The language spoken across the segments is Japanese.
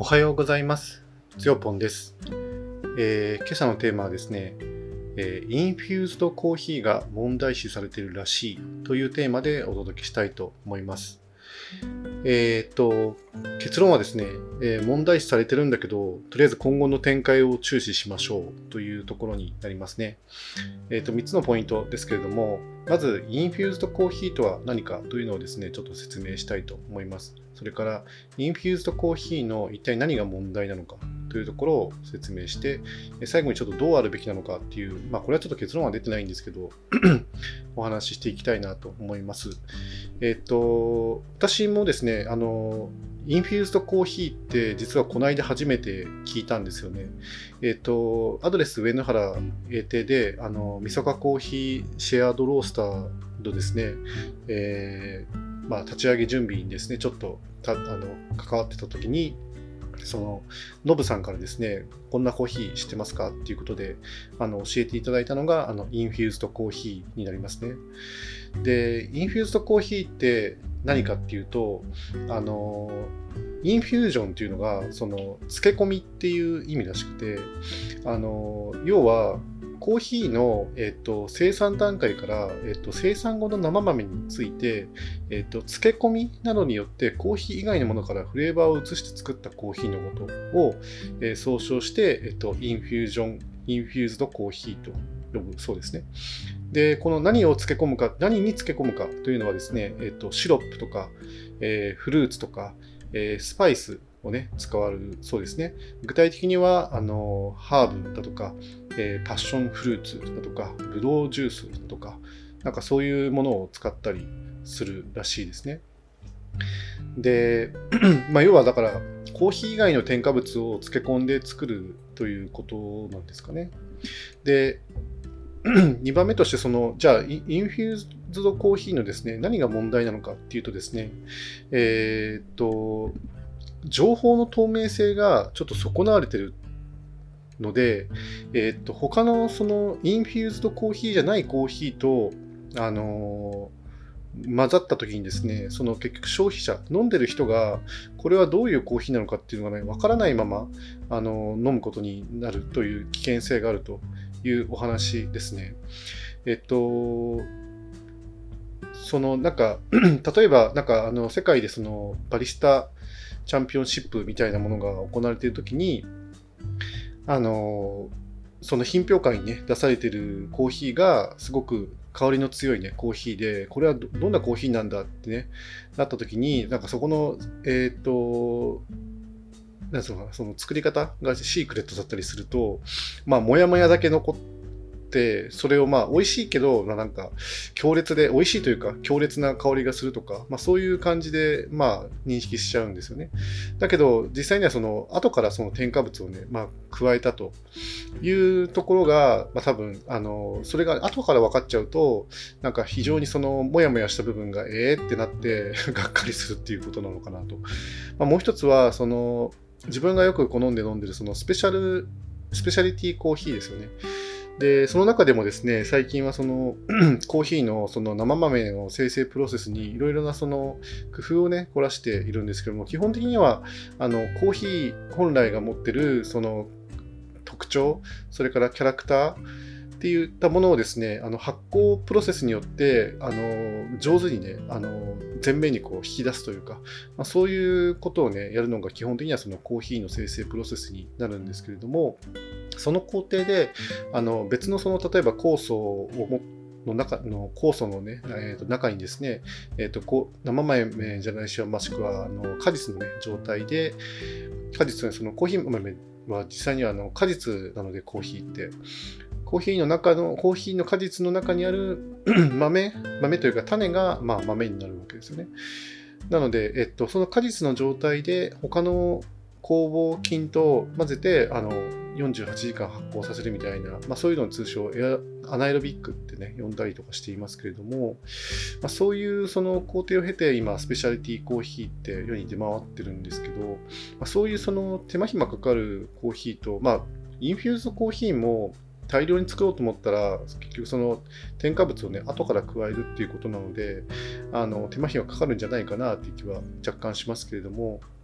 おはようございます。つよぽんです。今朝のテーマはですね、インフューズドコーヒーが問題視されているらしいというテーマでお届けしたいと思います。結論はですね、問題視されてるんだけど、とりあえず今後の展開を注視しましょうというところになりますね。3つのポイントですけれども、まず、インフューズドコーヒーとは何かというのをですね、ちょっと説明したいと思います。それから、インフューズドコーヒーの一体何が問題なのかというところを説明して、最後にちょっとどうあるべきなのかっていう、これはちょっと結論は出てないんですけど、お話ししていきたいなと思います。私もですね、インフューズドコーヒーって実はこの間初めて聞いたんですよね。アドレス上野原英邸で、みそかコーヒーシェアードロースターのですね、立ち上げ準備にですね、ちょっと関わってた時に、ノブさんからですね、こんなコーヒー知ってますかっていうことで、教えていただいたのが、インフューズドコーヒーになりますね。で、インフューズドコーヒーって何かっていうと、インフュージョンっていうのが、漬け込みっていう意味らしくて、要は、コーヒーの、生産段階から、生産後の生豆について、漬け込みなどによってコーヒー以外のものからフレーバーを移して作ったコーヒーのことを、総称して、インフューズドコーヒーと呼ぶそうですね。で、この何に漬け込むかというのはですね、シロップとか、フルーツとか、スパイスをね、使われるそうですね。具体的には、ハーブだとか、パッションフルーツだとか、ブドウジュースだとか、なんかそういうものを使ったりするらしいですね。で、要はだから、コーヒー以外の添加物を漬け込んで作るということなんですかね。で、2番目としてじゃあ、インフューズドコーヒーのですね、何が問題なのかっていうとですね、情報の透明性がちょっと損なわれてるので、他のインフューズドコーヒーじゃないコーヒーと、混ざった時にですね、結局消費者、飲んでる人が、これはどういうコーヒーなのかっていうのがね、わからないまま、飲むことになるという危険性があるというお話ですね。なんか、例えば、世界でバリスタチャンピオンシップみたいなものが行われているときに、その品評会にね、出されているコーヒーがすごく香りの強いね、コーヒーで、これはどんなコーヒーなんだってね、なったときに、そこの、なんつうのかな、その作り方がシークレットだったりすると、もやもやだけ残って、それを美味しいけど、強烈で、美味しいというか、強烈な香りがするとか、そういう感じで、認識しちゃうんですよね。だけど、実際には後から添加物をね、加えたというところが、多分、それが後から分かっちゃうと、非常にもやもやした部分が、ってなって、がっかりするっていうことなのかなと。もう一つは、自分がよく好んで飲んでる、スペシャリティコーヒーですよね。で、その中でもですね、最近はコーヒーの生豆の生成プロセスにいろいろな工夫をね、凝らしているんですけども、基本的には、コーヒー本来が持ってる特徴、それからキャラクターっていったものをですね、発酵プロセスによって、上手にね、前面に引き出すというか、そういうことをね、やるのが基本的にはコーヒーの生成プロセスになるんですけれども、その工程で、別の例えば酵素のね、中にですね、生豆じゃないしは、もしくは果実の、ね、状態で、果実のコーヒー豆は実際には果実なので、コーヒーって。コーヒーの果実の中にある豆というか種が、豆になるわけですよね。なので、その果実の状態で他の酵母菌と混ぜて、48時間発酵させるみたいな、そういうのを通称アナエロビックってね、呼んだりとかしていますけれども、そういう工程を経て今、スペシャリティコーヒーって世に出回ってるんですけど、そういう手間暇かかるコーヒーと、インフューズドコーヒーも大量に作ろうと思ったら、結局添加物をね、後から加えるっていうことなので、手間暇かかるんじゃないかなっていう気は若干しますけれども、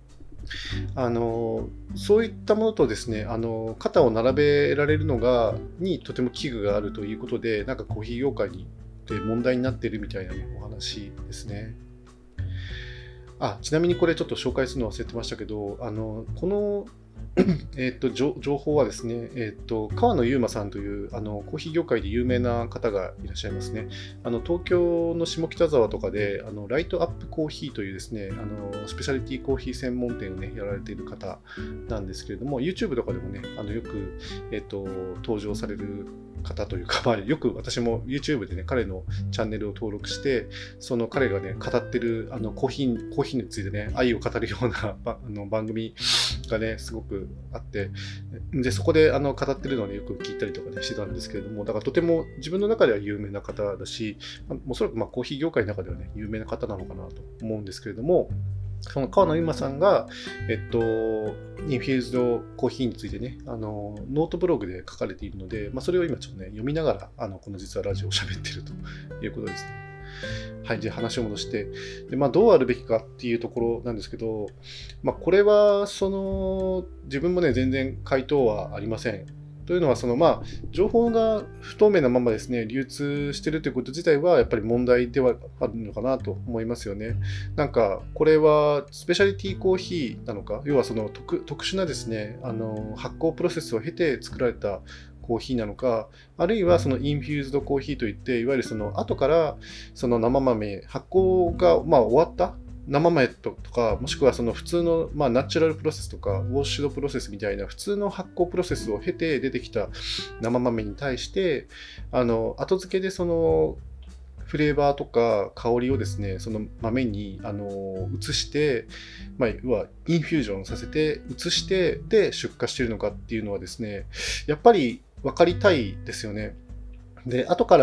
そういったものとですね、肩を並べられるのにとても危惧があるということで、なんかコーヒー業界で問題になっているみたいな、ね、お話ですね。ちなみにこれちょっと紹介するの忘れてましたけど、この情報はですね、川野悠馬さんというコーヒー業界で有名な方がいらっしゃいますね。東京の下北沢とかでライトアップコーヒーというですね、スペシャリティコーヒー専門店をね、やられている方なんですけれども、YouTube とかでもね、よく、登場される方というか、よく私も YouTube でね、彼のチャンネルを登録して、その彼がね、語ってるコーヒーについてね、愛を語るような番組がね、すごくあって、で、そこで語ってるのをね、よく聞いたりとかね、してたんですけれども、だからとても自分の中では有名な方だし、おそらくコーヒー業界の中ではね、有名な方なのかなと思うんですけれども、その川野悠馬さんが、インフューズドコーヒーについてね、ノートブログで書かれているので、それを今ちょっとね、読みながら、この実はラジオを喋っているということですね。はい、じゃあ話を戻して、でどうあるべきかっていうところなんですけど、これは、自分もね、全然回答はありません。というのは、情報が不透明なままですね、流通しているということ自体は、やっぱり問題ではあるのかなと思いますよね。なんか、これはスペシャリティコーヒーなのか、要は特殊なですね、発酵プロセスを経て作られたコーヒーなのか、あるいはインフューズドコーヒーといって、いわゆる後から生豆、発酵が終わった生豆とか、もしくは普通の、ナチュラルプロセスとか、ウォッシュドプロセスみたいな普通の発酵プロセスを経て出てきた生豆に対して、後付けでフレーバーとか香りをですね、その豆に移して、要はインフュージョンさせて移してで出荷しているのかっていうのはですね、やっぱり分かりたいですよね。で、後から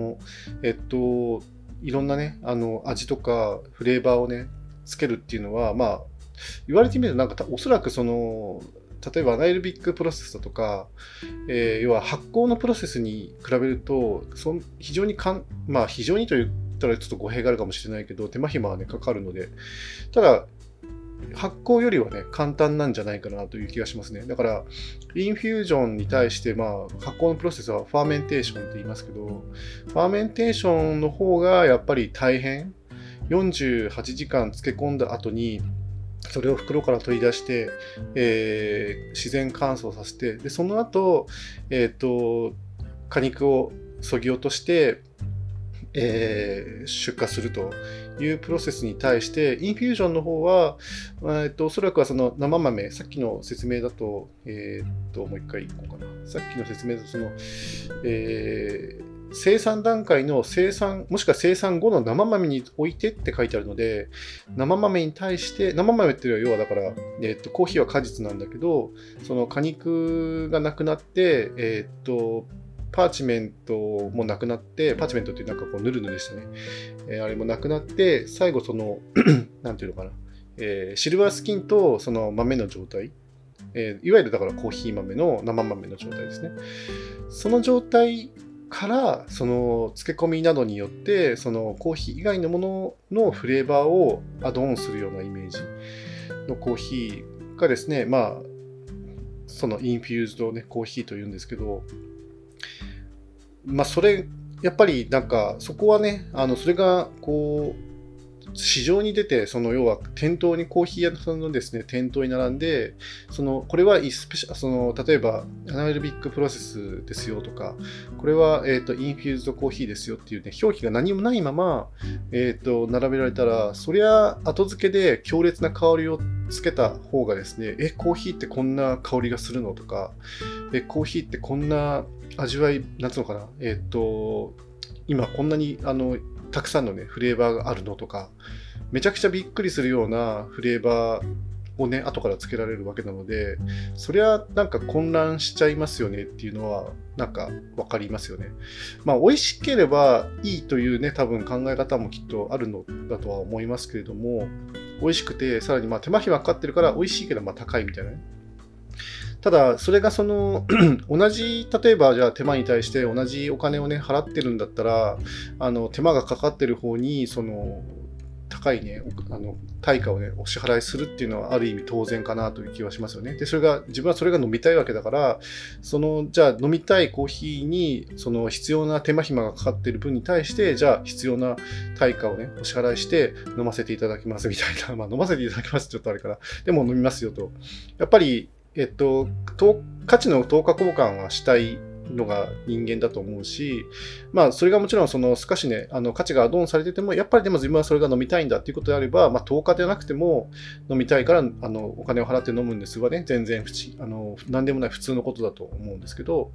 いろんなね、味とかフレーバーをね、つけるっていうのは、言われてみると、おそらく例えばアナエロビックプロセスだとか、要は発酵のプロセスに比べると、非常に非常にと言ったらちょっと語弊があるかもしれないけど、手間暇はね、かかるので、ただ、発酵よりはね、簡単なんじゃないかなという気がしますね。だから、インフュージョンに対して、発酵のプロセスはファーメンテーションって言いますけど、ファーメンテーションの方がやっぱり大変。48時間漬け込んだ後に、それを袋から取り出して、自然乾燥させて、でその後、果肉を削ぎ落として、出荷するというプロセスに対して、インフュージョンの方は、おそらくは生豆、さっきの説明だと、もう一回いこうかな。さっきの説明だと、生産段階のもしくは生産後の生豆においてって書いてあるので、生豆に対して、生豆っていうのは要はだから、コーヒーは果実なんだけど、その果肉がなくなって、パーチメントもなくなって、パーチメントっていうヌルヌルしたね、あれもなくなって、最後なんていうのかな、シルバースキンとその豆の状態、いわゆるだからコーヒー豆の生豆の状態ですね。その状態から漬け込みなどによってコーヒー以外のもののフレーバーをアドオンするようなイメージのコーヒーがですね、そのインフューズド、ね、コーヒーというんですけど、それやっぱりそこはね、それが市場に出て、要は店頭にコーヒー屋さんのですね、店頭に並んで、これは例えばアナエロビックプロセスですよとか、これは、インフューズドコーヒーですよっていうね、表記が何もないまま、並べられたら、そりゃ後付けで強烈な香りをつけた方がですね、コーヒーってこんな香りがするのとか、コーヒーってこんな味わい、なんつうのかな、今こんなにたくさんのね、フレーバーがあるのとか、めちゃくちゃびっくりするようなフレーバーをね、後からつけられるわけなので、そりゃ混乱しちゃいますよねっていうのは、わかりますよね。美味しければいいというね、多分考え方もきっとあるのだとは思いますけれども、美味しくて、さらに手間暇かかってるから美味しいけど高いみたいなね。ただ、それが同じ、例えばじゃあ手間に対して同じお金をね、払ってるんだったら、手間がかかってる方に、 高いね、対価をね、お支払いするっていうのはある意味当然かなという気はしますよね。で、自分はそれが飲みたいわけだから、じゃあ飲みたいコーヒーに、必要な手間暇がかかっている分に対して、じゃあ必要な対価をね、お支払いして飲ませていただきますみたいな、まあ飲ませていただきますってちょっとあれかな。でも飲みますよと。やっぱり、価値の等価交換はしたいのが人間だと思うし、まあ、それがもちろん、少しね、価値がアドオンされてても、やっぱりでも自分はそれが飲みたいんだっていうことであれば、まあ、10日でなくても、飲みたいから、お金を払って飲むんですはね、全然何でもない普通のことだと思うんですけど、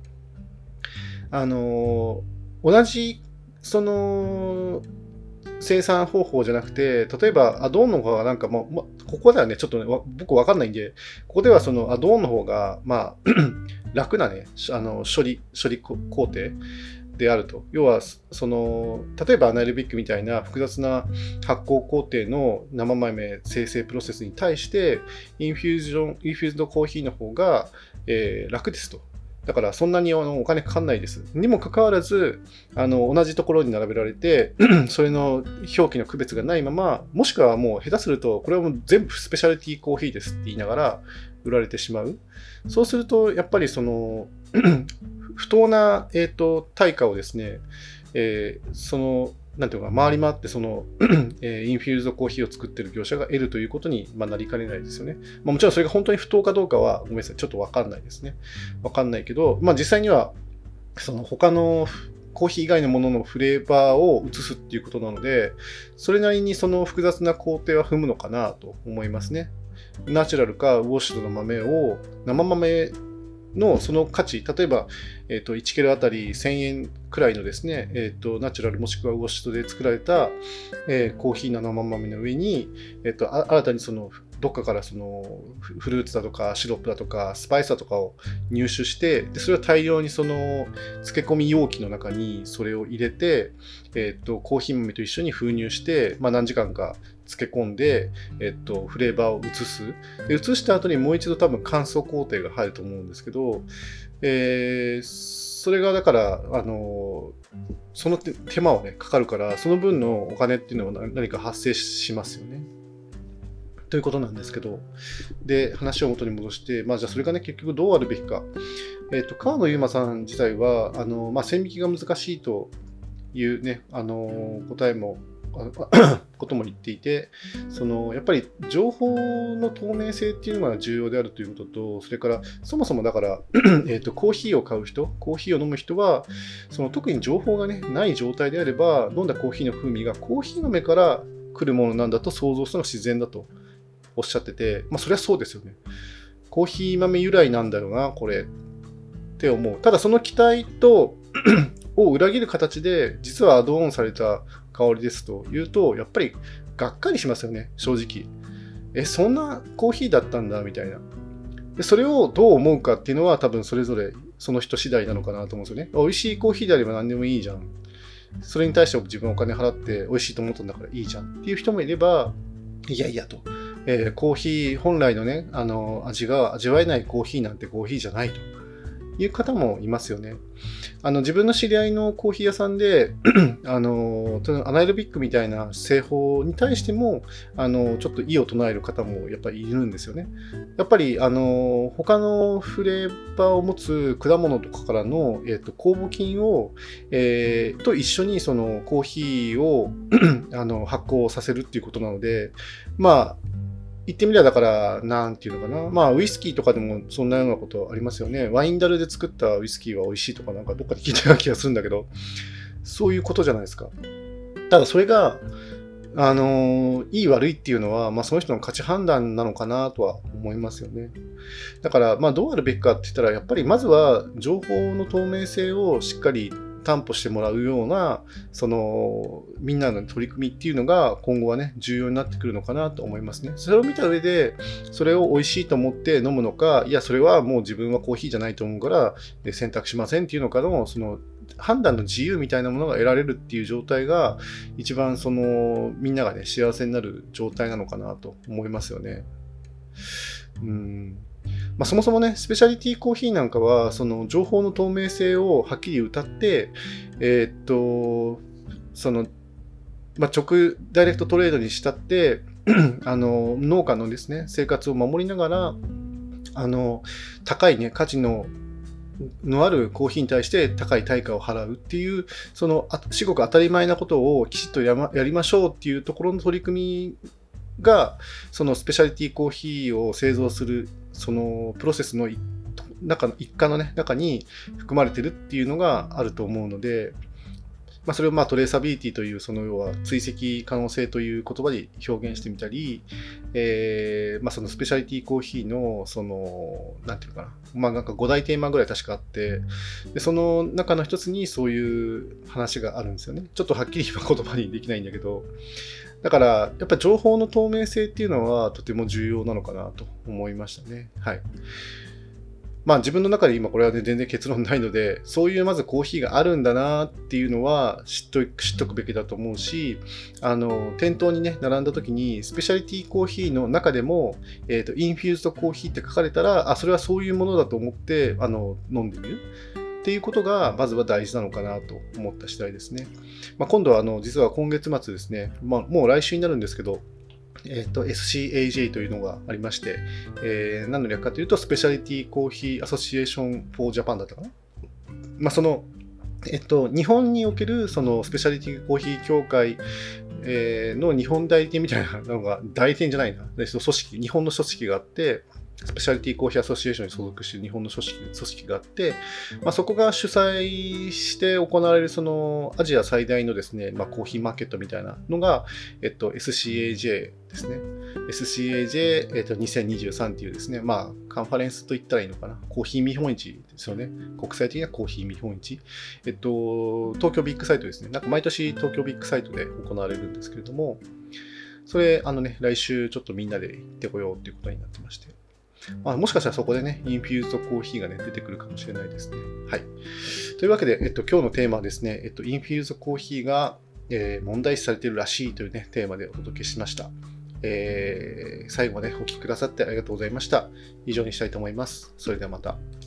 同じ、生産方法じゃなくて、例えばアドオンの方がなんかここではね、ちょっとね、僕わかんないんで、ここではアドオンの方が、まあ、楽なね、処理工程であると。要は、例えばアナエロビックみたいな複雑な発酵工程の生豆生成プロセスに対して、インフューズドコーヒーの方が、楽ですと。だからそんなにお金かかんないです。にもかかわらず、同じところに並べられて、それの表記の区別がないまま、もしくはもう下手すると、これはもう全部スペシャリティコーヒーですって言いながら売られてしまう。そうすると、やっぱり不当な、対価をですね、なんていうか、回り回ってインフューズドコーヒーを作っている業者が得るということに、なりかねないですよね。もちろんそれが本当に不当かどうかは、ごめんなさい、ちょっとわかんないですね。わかんないけど、実際には、他のコーヒー以外のもののフレーバーを移すっていうことなので、それなりに複雑な工程は踏むのかなと思いますね。ナチュラルかウォッシュドの豆を生豆のその価値、例えば、1キロあたり1000円くらいのですね、ナチュラルもしくはウォッシュドで作られた、コーヒーの生豆の上に、新たにどっかからフルーツだとかシロップだとかスパイスだとかを入手して、でそれを大量に漬け込み容器の中にそれを入れて、コーヒー豆と一緒に封入して、何時間か漬け込んで、フレーバーを移す。で移した後にもう一度多分乾燥工程が入ると思うんですけど、それがだから、その手間はね、かかるから、その分のお金っていうのは何か発生しますよね。ということなんですけど、で、話を元に戻して、じゃあそれがね、結局どうあるべきか。川野ゆうまさん自体は、線引きが難しいというね、答えも、ことも言っていて、やっぱり情報の透明性っていうのが重要であるということと、それからそもそもだからコーヒーを買う人、コーヒーを飲む人は、特に情報がね、ない状態であれば、飲んだコーヒーの風味がコーヒー豆から来るものなんだと想像するのが自然だとおっしゃってて、それはそうですよね。コーヒー豆由来なんだよな、これって思う。ただその期待を裏切る形で、実はアドオンされた香りですというと、やっぱりがっかりしますよね、正直。そんなコーヒーだったんだ、みたいな。でそれをどう思うかっていうのは多分それぞれその人次第なのかなと思うんですよね。美味しいコーヒーであれば何でもいいじゃん。それに対して自分お金払って美味しいと思ったんだからいいじゃんっていう人もいれば、いやいやと。コーヒー本来のね、味が味わえないコーヒーなんてコーヒーじゃないという方もいますよね。自分の知り合いのコーヒー屋さんでアナエロビックみたいな製法に対してもちょっと異を唱える方もやっぱりいるんですよね。やっぱり他のフレーバーを持つ果物とかからの、酵母菌を、と一緒にそのコーヒーを発酵させるっていうことなので、言ってみればだから、なんていうのかな。ウイスキーとかでもそんなようなことありますよね。ワインダルで作ったウイスキーは美味しいとかなんかどっかで聞いたような気がするんだけど、そういうことじゃないですか。ただそれが、いい悪いっていうのは、その人の価値判断なのかなとは思いますよね。だから、どうあるべきかって言ったら、やっぱりまずは情報の透明性をしっかり担保してもらうような、みんなの取り組みっていうのが今後はね、重要になってくるのかなと思いますね。それを見た上で、それを美味しいと思って飲むのか、いや、それはもう自分はコーヒーじゃないと思うから選択しませんっていうのかの、判断の自由みたいなものが得られるっていう状態が、一番みんながね、幸せになる状態なのかなと思いますよね。そもそもね、スペシャリティコーヒーなんかは、情報の透明性をはっきり謳って、 ダイレクトトレードにしたって農家のですね、生活を守りながら、高いね、価値のあるコーヒーに対して高い対価を払うっていう、至極当たり前なことをきちっとやりましょうっていうところの取り組みが、そのスペシャリティコーヒーを製造する、そのプロセスの一環の、ね、中に含まれてるっていうのがあると思うので、それをトレーサビリティという、要は追跡可能性という言葉で表現してみたり、そのスペシャリティコーヒーの、なんていうかな、なんか5大テーマぐらい確かあって、でその中の一つにそういう話があるんですよね。ちょっとはっきり言葉にできないんだけど、だから、やっぱり情報の透明性っていうのはとても重要なのかなと思いましたね。はい。自分の中で今これはね、全然結論ないので、そういうまずコーヒーがあるんだなっていうのは知っとくべきだと思うし、店頭にね、並んだ時にスペシャリティコーヒーの中でも、インフューズドコーヒーって書かれたら、それはそういうものだと思って、飲んでみるっていうことがまずは大事なのかなと思った次第ですね。今度は実は今月末ですね、もう来週になるんですけど、SCAJ というのがありまして、何の略かというと、スペシャリティコーヒーアソシエーション・フォー・ジャパンだったかな。日本におけるそのスペシャリティコーヒー協会の日本代理店みたいなのが、代理店じゃないな、日本の組織があって、スペシャリティコーヒーアソシエーションに所属している日本の組織があって、そこが主催して行われるそのアジア最大のですね、コーヒーマーケットみたいなのが、SCAJ ですね。SCAJ2023 っていうですね、カンファレンスと言ったらいいのかな。コーヒー見本市ですよね。国際的なコーヒー見本市。東京ビッグサイトですね。なんか毎年東京ビッグサイトで行われるんですけれども、それ、来週ちょっとみんなで行ってこようっていうことになってまして。もしかしたらそこでね、インフューズドコーヒーがね、出てくるかもしれないですね。はい。というわけで、今日のテーマはですね、インフューズドコーヒーが、問題視されているらしいというね、テーマでお届けしました。最後までお聞きくださってありがとうございました。以上にしたいと思います。それではまた。